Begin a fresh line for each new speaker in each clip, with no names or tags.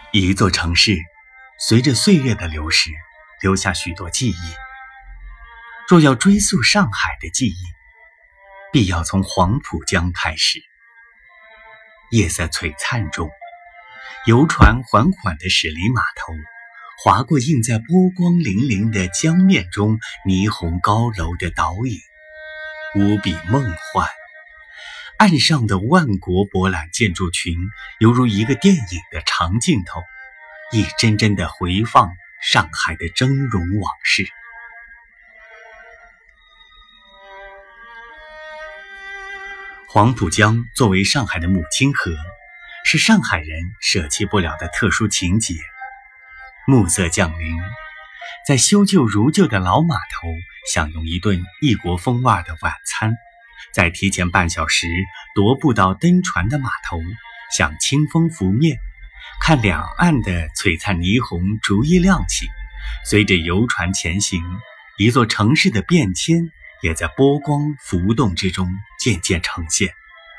一座城市随着岁月的流逝，留下许多记忆。若要追溯上海的记忆，必要从黄浦江开始。夜色璀璨中，游船缓缓地驶离码头，划过映在波光粼粼的江面中霓虹高楼的倒影，无比梦幻。岸上的万国博览建筑群犹如一个电影的长镜头，一帧帧地回放上海的峥嵘往事。黄浦江作为上海的母亲河，是上海人舍弃不了的特殊情节。暮色降临，在修旧如旧的老码头享用一顿异国风味的晚餐，再提前半小时踱步到登船的码头，向清风拂面，看两岸的璀璨霓虹逐一亮起。随着游船前行，一座城市的变迁也在波光浮动之中渐渐呈现。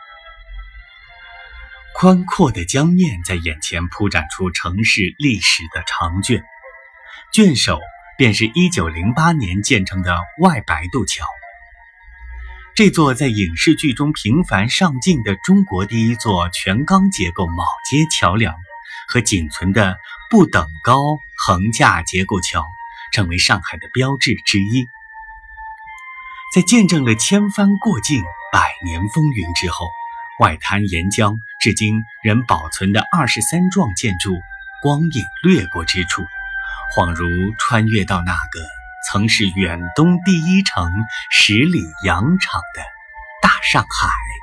宽阔的江面在眼前铺展出城市历史的长卷，卷首便是1908年建成的外白渡桥。这座在影视剧中频繁上镜的中国第一座全钢结构铆接桥梁和仅存的不等高横架结构桥，成为上海的标志之一。在见证了千帆过境、百年风云之后，外滩沿江至今仍保存的23幢建筑光影掠过之处，恍如穿越到那个曾是远东第一城、十里洋场的大上海。